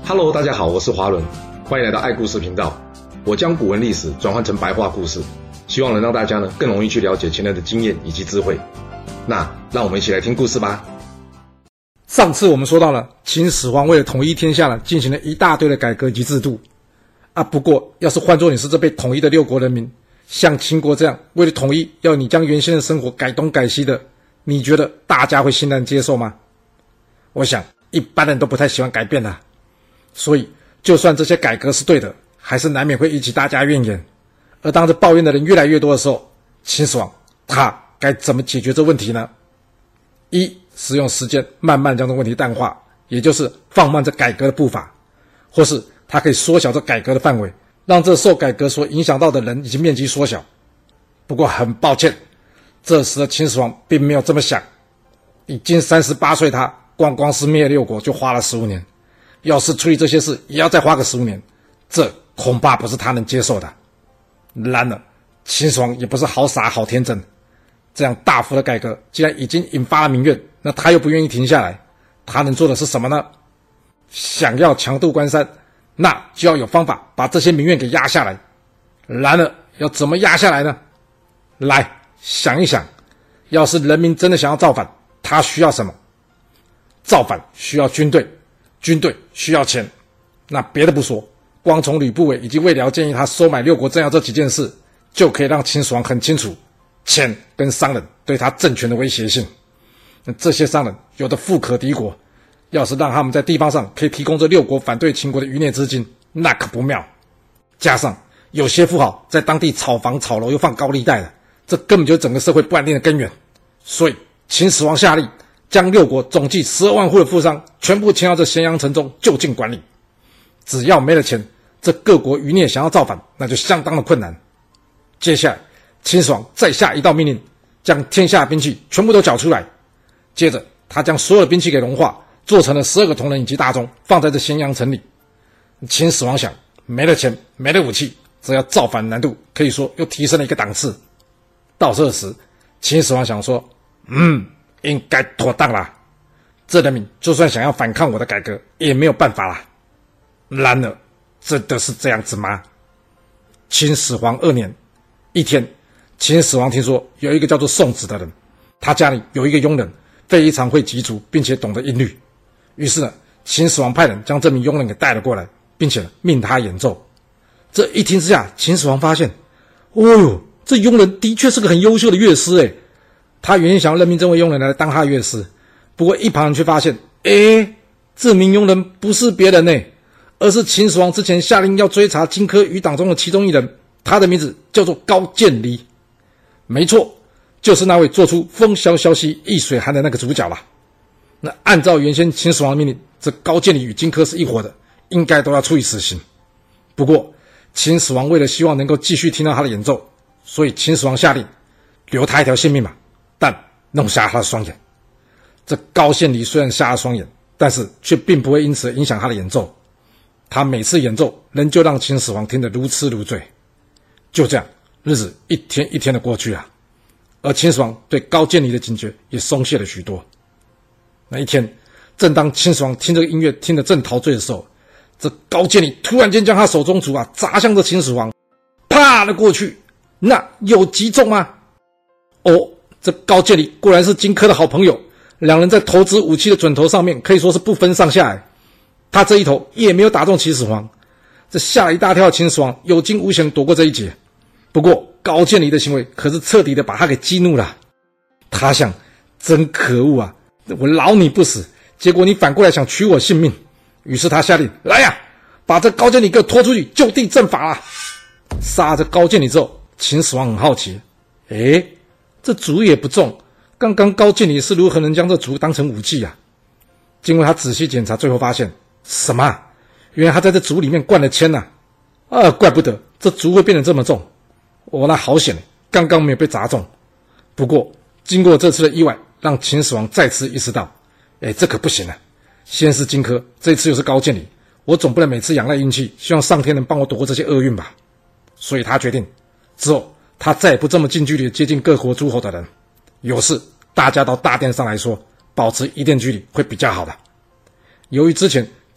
Hello， 大家好，我是华伦，欢迎来到爱故事频道。我将古文历史转换成白话故事，希望能让大家更容易去了解前人的经验以及智慧。那让我们一起来听故事吧。 上次我们说到了秦始皇为了统一天下进行了一大堆的改革及制度啊。不过要是换作你是这被统一的六国人民，像秦国这样为了统一要你将原先的生活改东改西的，你觉得大家会欣然接受吗？我想一般人都不太喜欢改变啊。所以就算这些改革是对的，还是难免会引起大家怨言。而当这抱怨的人越来越多的时候，秦始皇他该怎么解决这问题呢？一，使用时间慢慢将这问题淡化，也就是放慢这改革的步伐，或是他可以缩小这改革的范围，让这受改革所影响到的人以及面积缩小。不过很抱歉，这时的秦始皇并没有这么想。已经38岁，他光是灭六国就花了15年，要是处理这些事也要再花个15年，这恐怕不是他能接受的。然而秦始皇也不是好傻好天真，这样大幅的改革既然已经引发了民怨，那他又不愿意停下来，他能做的是什么呢？想要强渡关山，那就要有方法把这些民怨给压下来。然而要怎么压下来呢？来想一想，要是人民真的想要造反，他需要什么？造反需要军队，军队需要钱。那别的不说，光从吕不韦以及魏辽建议他收买六国政要这几件事，就可以让秦始皇很清楚钱跟商人对他政权的威胁性。这些商人有的富可敌国，要是让他们在地方上可以提供这六国反对秦国的余孽资金，那可不妙。加上有些富豪在当地炒房炒楼又放高利贷的，这根本就是整个社会不安定的根源。所以秦始皇下令将六国总计12万户的富商全部迁到这咸阳城中就近管理。只要没了钱，这各国余孽想要造反，那就相当的困难。接下来秦始皇再下一道命令，将天下兵器全部都缴出来。接着他将所有的兵器给融化，做成了12个铜人以及大钟，放在这咸阳城里。秦始皇想，没了钱没了武器，这要造反难度可以说又提升了一个档次。到这时秦始皇想说，应该妥当啦，这人民就算想要反抗我的改革也没有办法啦。然而真的是这样子吗？秦始皇2年一天，秦始皇听说有一个叫做宋子的人，他家里有一个佣人非常会击竹，并且懂得音律。于是呢，秦始皇派人将这名佣人给带了过来，并且命他演奏。这一听之下，秦始皇发现，这佣人的确是个很优秀的乐师诶。他原先想要任命这位佣人来当他的乐师，不过一旁人却发现，这名佣人不是别人而是秦始皇之前下令要追查荆轲余党中的其中一人，他的名字叫做高渐离。没错，就是那位做出风萧萧兮易水寒的那个主角啦。那按照原先秦始皇的命令，这高渐离与荆轲是一伙的，应该都要处以死刑。不过秦始皇为了希望能够继续听到他的演奏，所以秦始皇下令留他一条性命嘛，但弄瞎他的双眼。这高渐离虽然瞎了双眼，但是却并不会因此影响他的演奏。他每次演奏仍旧让秦始皇听得如痴如醉。就这样，日子一天一天的过去而秦始皇对高渐离的警觉也松懈了许多。那一天，正当秦始皇听这个音乐听得正陶醉的时候，这高渐离突然间将他手中竹砸向这秦始皇，啪的过去。那有击中吗？这高渐离果然是荆轲的好朋友，两人在投掷武器的准头上面可以说是不分上下他这一头也没有打中秦始皇，这吓了一大跳的秦始皇有惊无险躲过这一劫。不过高渐离的行为可是彻底的把他给激怒了。他想，真可恶我饶你不死，结果你反过来想取我性命。于是他下令，来把这高渐离给我拖出去就地正法啦。杀这高渐离之后，秦始皇很好奇，这竹也不中，刚刚高渐离是如何能将这竹当成武器经过他仔细检查，最后发现什么？原来他在这竹里面灌了铅怪不得这竹会变得这么重。那好险刚刚没有被砸中。不过经过这次的意外，让秦始皇再次意识到，这可不行先是荆轲，这次又是高渐离，我总不能每次仰赖运气，希望上天能帮我躲过这些厄运吧。所以他决定之后他再也不这么近距离的接近各国诸侯的人，有事大家到大殿上来说，保持一定距离会比较好的。由于之前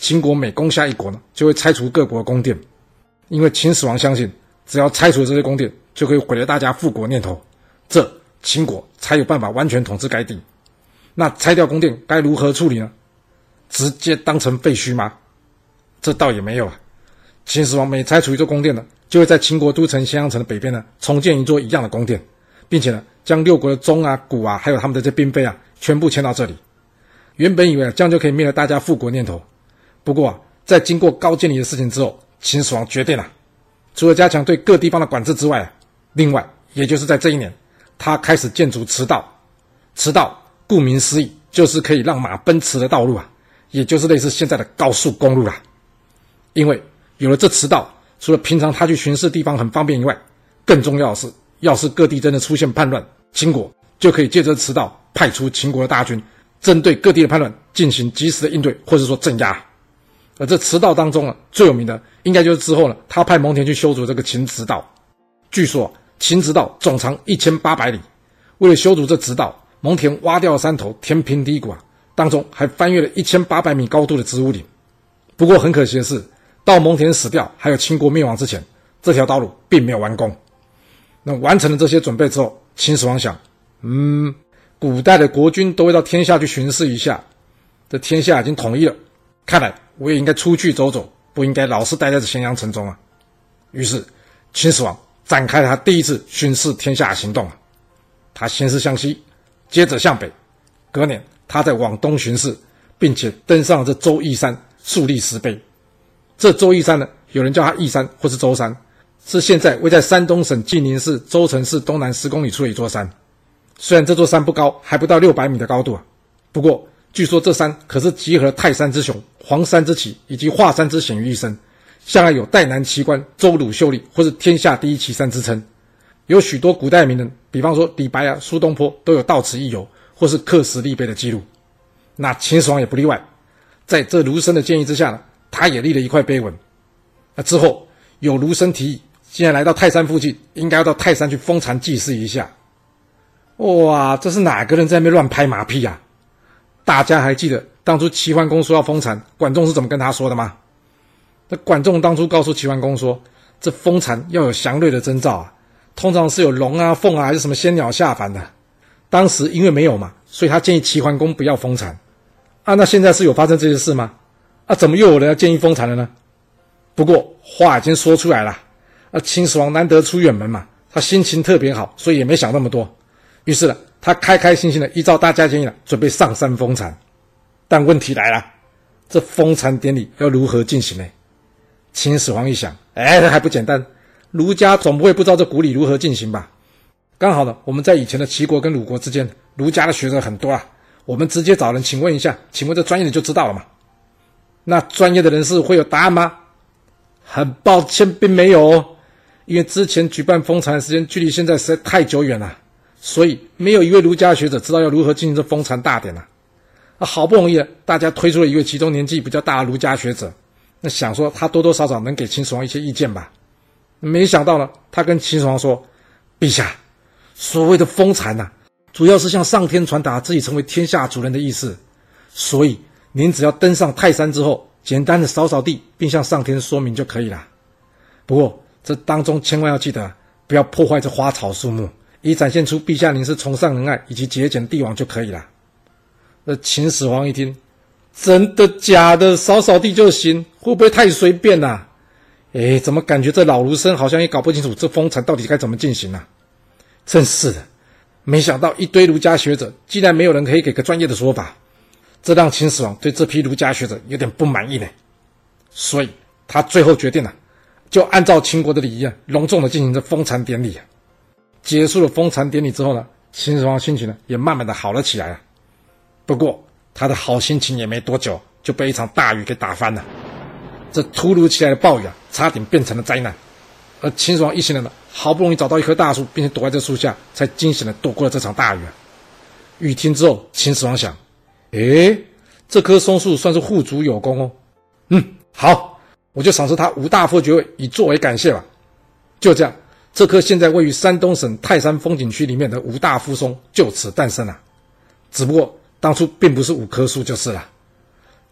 秦国每攻下一国呢，就会拆除各国的宫殿，因为秦始皇相信，只要拆除了这些宫殿，就可以毁了大家复国念头，这秦国才有办法完全统治该地。那拆掉宫殿该如何处理呢？直接当成废墟吗？这倒也没有啊。秦始皇每拆除一座宫殿呢，就会在秦国都城咸阳城的北边呢，重建一座一样的宫殿，并且呢，将六国的钟啊、鼓啊，还有他们的这嫔妃啊，全部迁到这里。原本以为这样就可以灭了大家复国念头，不过在经过高渐离的事情之后，秦始皇决定除了加强对各地方的管制之外另外也就是在这一年，他开始建筑驰道。驰道顾名思义，就是可以让马奔驰的道路也就是类似现在的高速公路因为有了这驰道，除了平常他去巡视地方很方便以外，更重要的是，要是各地真的出现叛乱，秦国就可以借着驰道派出秦国的大军，针对各地的叛乱进行及时的应对，或者说镇压。而这驰道当中最有名的应该就是之后他派蒙恬去修筑这个秦直道。据说秦直道总长1800里，为了修筑这直道，蒙恬挖掉了山头，填平低谷当中还翻越了1800米高度的植物林。不过很可惜的是，到蒙恬死掉还有秦国灭亡之前，这条道路并没有完工。那完成了这些准备之后，秦始皇想，古代的国君都会到天下去巡视一下，这天下已经统一了，看来我也应该出去走走，不应该老是待在这咸阳城中于是秦始皇展开了他第一次巡视天下的行动他先是向西，接着向北，隔年他再往东巡视，并且登上了这周易山，树立石碑。这周易山呢，有人叫它易山或是周山，是现在位在山东省济宁市周城市东南10公里处的一座山。虽然这座山不高，还不到600米的高度不过据说这山可是集合了泰山之雄、黄山之奇以及华山之险于一身，向来有代南奇观、周鲁秀丽或是天下第一奇山之称。有许多古代名人，比方说李白苏东坡都有到此一游或是刻石立碑的记录。那秦始皇也不例外，在这卢生的建议之下他也立了一块碑文。之后有卢生提议，既然来到泰山附近，应该要到泰山去封禅祭祀一下。哇，这是哪个人在那边乱拍马屁大家还记得当初齐桓公说要封禅，管仲是怎么跟他说的吗？那管仲当初告诉齐桓公说，这封禅要有祥瑞的征兆通常是有龙凤还是什么仙鸟下凡的。当时因为没有嘛，所以他建议齐桓公不要封禅那现在是有发生这些事吗？怎么又有人要建议封禅了呢？不过话已经说出来了秦始皇难得出远门嘛，他心情特别好，所以也没想那么多。于是他开开心心的依照大家建议准备上山封禅。但问题来了，这封禅典礼要如何进行呢？秦始皇一想，这还不简单，儒家总不会不知道这古礼如何进行吧？刚好我们在以前的齐国跟鲁国之间，儒家的学者很多我们直接找人请问一下，请问这专业的就知道了嘛。那专业的人士会有答案吗？很抱歉，并没有因为之前举办封禅的时间距离现在实在太久远了，所以没有一位儒家学者知道要如何进行这封禅大典好不容易大家推出了一位其中年纪比较大的儒家学者，那想说他多多少少能给秦始皇一些意见吧。没想到他跟秦始皇说，陛下，所谓的封禅主要是向上天传达自己成为天下主人的意思，所以您只要登上泰山之后，简单的扫扫地，并向上天说明就可以了。不过这当中千万要记得不要破坏这花草树木，以展现出陛下您是崇尚仁爱以及节俭帝王就可以了。秦始皇一听，真的假的？扫扫地就行，会不会太随便怎么感觉这老儒生好像也搞不清楚这封禅到底该怎么进行真是的，没想到一堆儒家学者竟然没有人可以给个专业的说法，这让秦始皇对这批儒家学者有点不满意呢。所以他最后决定就按照秦国的礼仪隆重的进行这封禅典礼结束了封禅典礼之后秦始皇心情也慢慢的好了起来不过他的好心情也没多久就被一场大雨给打翻了。这突如其来的暴雨差点变成了灾难。而秦始皇一行人好不容易找到一棵大树，并且躲在这树下，才惊险的躲过了这场大雨雨停之后，秦始皇想，这棵松树算是护主有功好，我就赏赐他5大夫爵位，以作为感谢吧。就这样，这棵现在位于山东省泰山风景区里面的5大夫松就此诞生了。只不过当初并不是5棵树就是了。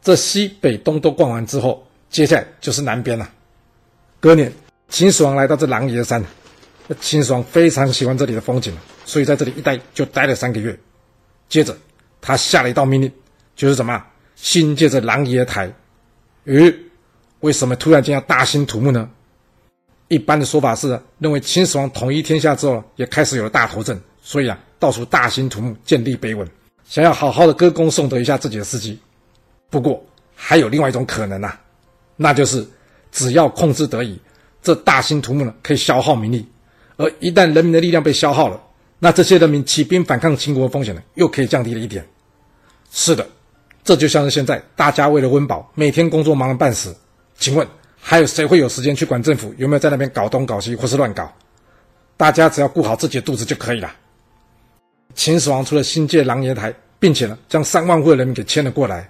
这西北东都逛完之后，接下来就是南边了。隔年，秦始皇来到这狼爷山，秦始皇非常喜欢这里的风景，所以在这里一待就待了3个月。接着，他下了一道命令，就是什么？新建这狼爷台。为什么突然间要大兴土木呢？一般的说法是认为秦始皇统一天下之后，也开始有了大头症，所以到处大兴土木，建立碑文，想要好好的歌功颂德一下自己的事迹。不过还有另外一种可能那就是只要控制得宜，这大兴土木呢可以消耗民力，而一旦人民的力量被消耗了，那这些人民起兵反抗秦国的风险呢又可以降低了一点。是的，这就像是现在大家为了温饱，每天工作忙得半死，请问还有谁会有时间去管政府有没有在那边搞东搞西或是乱搞？大家只要顾好自己的肚子就可以了。秦始皇除了新建狼爷台，并且呢将3万户的人民给迁了过来。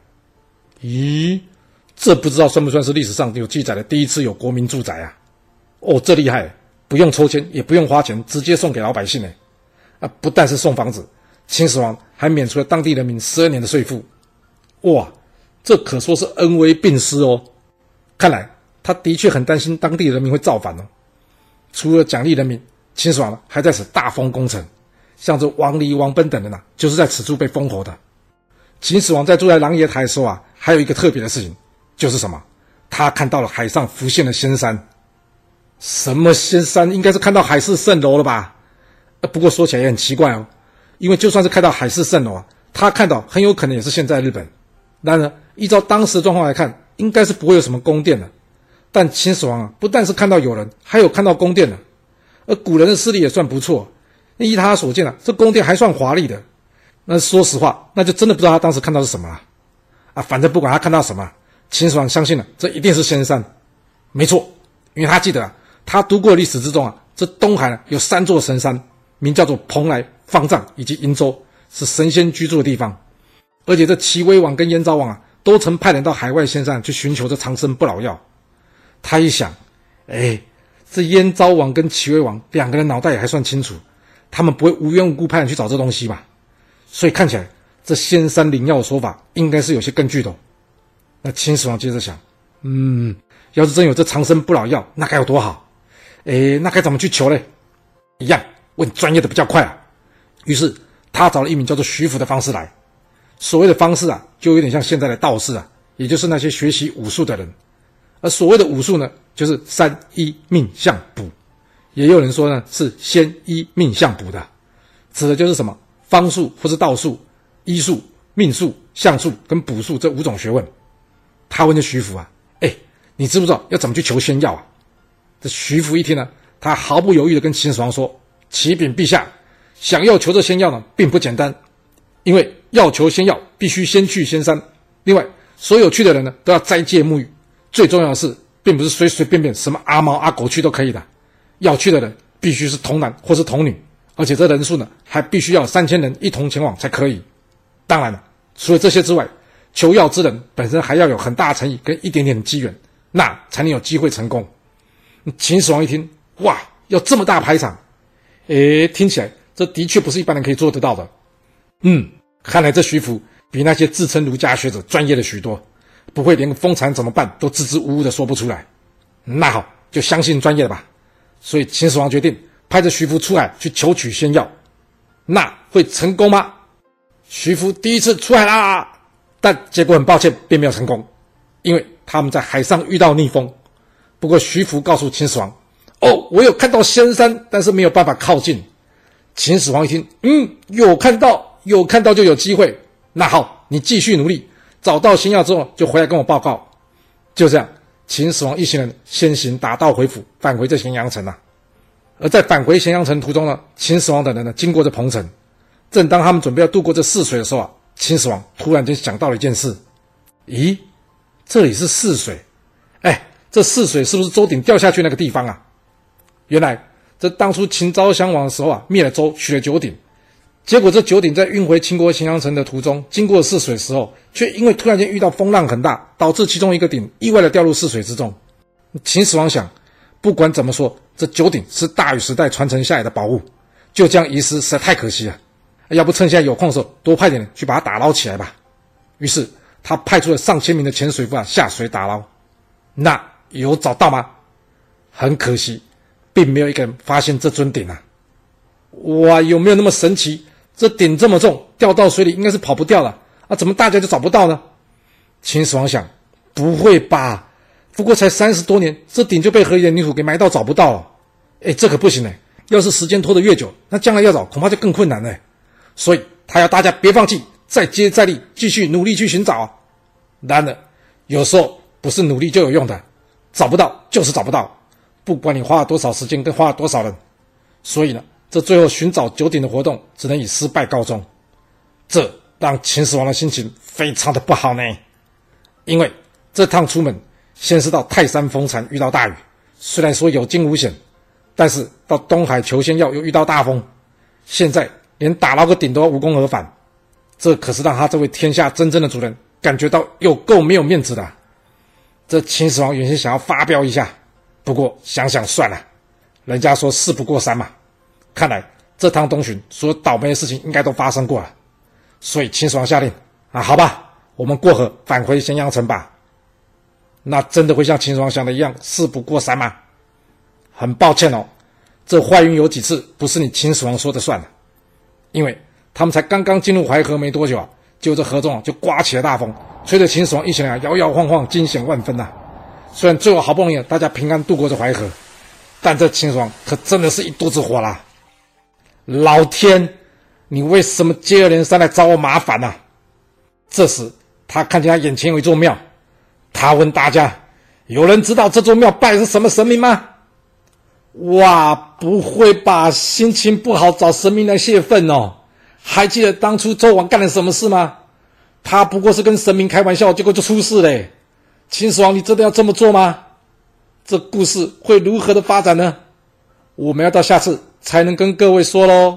这不知道算不算是历史上有记载的第一次有国民住宅这厉害，不用抽签也不用花钱，直接送给老百姓不但是送房子，秦始皇还免除了当地人民12年的税赋。哇，这可说是恩威并施看来他的确很担心当地人民会造反除了奖励人民，秦始皇还在此大封功臣，像这王离、王贲等人就是在此处被封侯的。秦始皇在住在狼爷台的时候还有一个特别的事情，就是什么？他看到了海上浮现的仙山。什么仙山？应该是看到海市蜃楼了吧？不过说起来也很奇怪因为就算是看到海市蜃楼他看到很有可能也是现在日本。然而依照当时的状况来看，应该是不会有什么宫殿的。但秦始皇不但是看到有人，还有看到宫殿而古人的视力也算不错，依他所见这宫殿还算华丽的。那说实话，那就真的不知道他当时看到是什么了反正不管他看到什么，秦始皇相信这一定是仙山。没错，因为他记得他读过的历史之中这东海有3座神山，名叫做蓬莱、方丈以及瀛洲，是神仙居住的地方。而且这齐威王跟燕昭王都曾派人到海外仙山去寻求这长生不老药。他一想，这燕昭王跟齐威王2个人脑袋也还算清楚，他们不会无缘无故派人去找这东西吧？所以看起来这仙山领药的说法应该是有些根据的那秦始皇接着想，要是真有这长生不老药，那该有多好。那该怎么去求嘞？一样问专业的比较快于是他找了一名叫做徐福的方士来。所谓的方士就有点像现在的道士也就是那些学习武术的人。而所谓的武术呢，就是3一命相卜，也有人说呢是先医命相卜的，指的就是什么方术或是道术、医术、命术、相术跟卜术这5种学问。他问这徐福你知不知道要怎么去求仙药这徐福一听他毫不犹豫地跟秦始皇说，启禀陛下，想要求这仙药呢并不简单，因为要求仙药必须先去仙山，另外所有去的人呢都要斋戒沐浴，最重要的是并不是随随便便什么阿猫阿狗去都可以的，要去的人必须是童男或是童女，而且这人数呢还必须要3000人一同前往才可以。当然了，除了这些之外，求药之人本身还要有很大诚意跟一点点的机缘，那才能有机会成功。秦始皇一听，哇，要这么大排场，听起来这的确不是一般人可以做得到的。看来这徐福比那些自称儒家学者专业了许多，不会连风禅怎么办都支支吾吾的说不出来。那好，就相信专业的吧。所以秦始皇决定派着徐福出海去求取仙药。那会成功吗？徐福第一次出海啦，但结果很抱歉并没有成功，因为他们在海上遇到逆风。不过徐福告诉秦始皇，我有看到仙山，但是没有办法靠近。秦始皇一听，有看到就有机会。那好，你继续努力，找到仙药之后就回来跟我报告。就这样，秦始皇一行人先行打道回府，返回这咸阳城而在返回咸阳城途中呢，秦始皇等人呢经过这彭城，正当他们准备要渡过这泗水的时候秦始皇突然间想到了一件事。这里是泗水，这泗水是不是周鼎掉下去那个地方原来这当初秦昭襄王的时候灭了周，取了九鼎，结果这九鼎在运回秦国咸阳城的途中，经过泗水的时候，却因为突然间遇到风浪很大，导致其中一个鼎意外的掉入泗水之中。秦始皇想，不管怎么说，这九鼎是大禹时代传承下来的宝物，就这样遗失实在太可惜了，要不趁现在有空的时候多派点人去把它打捞起来吧。于是他派出了上千名的潜水夫下水打捞。那有找到吗？很可惜，并没有一个人发现这尊鼎啊。哇，有没有那么神奇？这鼎这么重，掉到水里应该是跑不掉了啊，怎么大家就找不到呢？秦始皇想，不会吧？不过才30多年，这鼎就被河里的泥土给埋到找不到了。这可不行哎！要是时间拖得越久，那将来要找恐怕就更困难了。所以他要大家别放弃，再接再厉，继续努力去寻找。然而，有时候不是努力就有用的，找不到就是找不到，不管你花了多少时间跟花了多少人。所以呢，这最后寻找九鼎的活动只能以失败告终。这让秦始皇的心情非常的不好呢，因为这趟出门先是到泰山封禅遇到大雨，虽然说有惊无险，但是到东海求仙药又遇到大风，现在连打捞个鼎都要无功而返，这可是让他这位天下真正的主人感觉到有够没有面子的。这秦始皇原先想要发飙一下，不过想想算了，人家说事不过三嘛，看来这趟东巡所有倒霉的事情应该都发生过了，所以秦始皇下令好吧，我们过河返回咸阳城吧。那真的会像秦始皇想的一样事不过三吗？很抱歉哦，这坏运有几次不是你秦始皇说的算了，因为他们才刚刚进入淮河没多久结果这河中就刮起了大风，吹得秦始皇一行人摇摇晃晃，惊险万分虽然最后好不容易大家平安渡过这淮河，但这秦始皇可真的是一肚子火啦！老天，你为什么接二连三来找我麻烦这时他看见他眼前有一座庙，他问大家，有人知道这座庙拜的是什么神明吗？哇，不会吧，心情不好找神明来泄愤还记得当初纣王干了什么事吗？他不过是跟神明开玩笑，结果就出事了。秦始皇，你真的要这么做吗？这故事会如何的发展呢？我们要到下次才能跟各位说咯。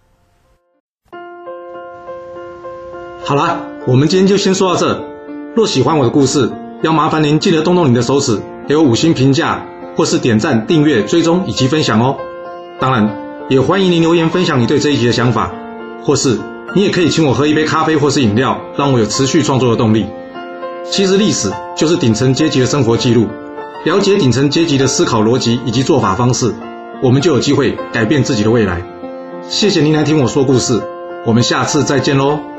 好啦，我们今天就先说到这。若喜欢我的故事，要麻烦您记得动动你的手指，给我5星评价，或是点赞、订阅、追踪以及分享哦。当然，也欢迎您留言分享你对这一集的想法，或是你也可以请我喝一杯咖啡或是饮料，让我有持续创作的动力。其实历史就是顶层阶级的生活记录，了解顶层阶级的思考逻辑以及做法方式，我们就有机会改变自己的未来。谢谢您来听我说故事，我们下次再见咯。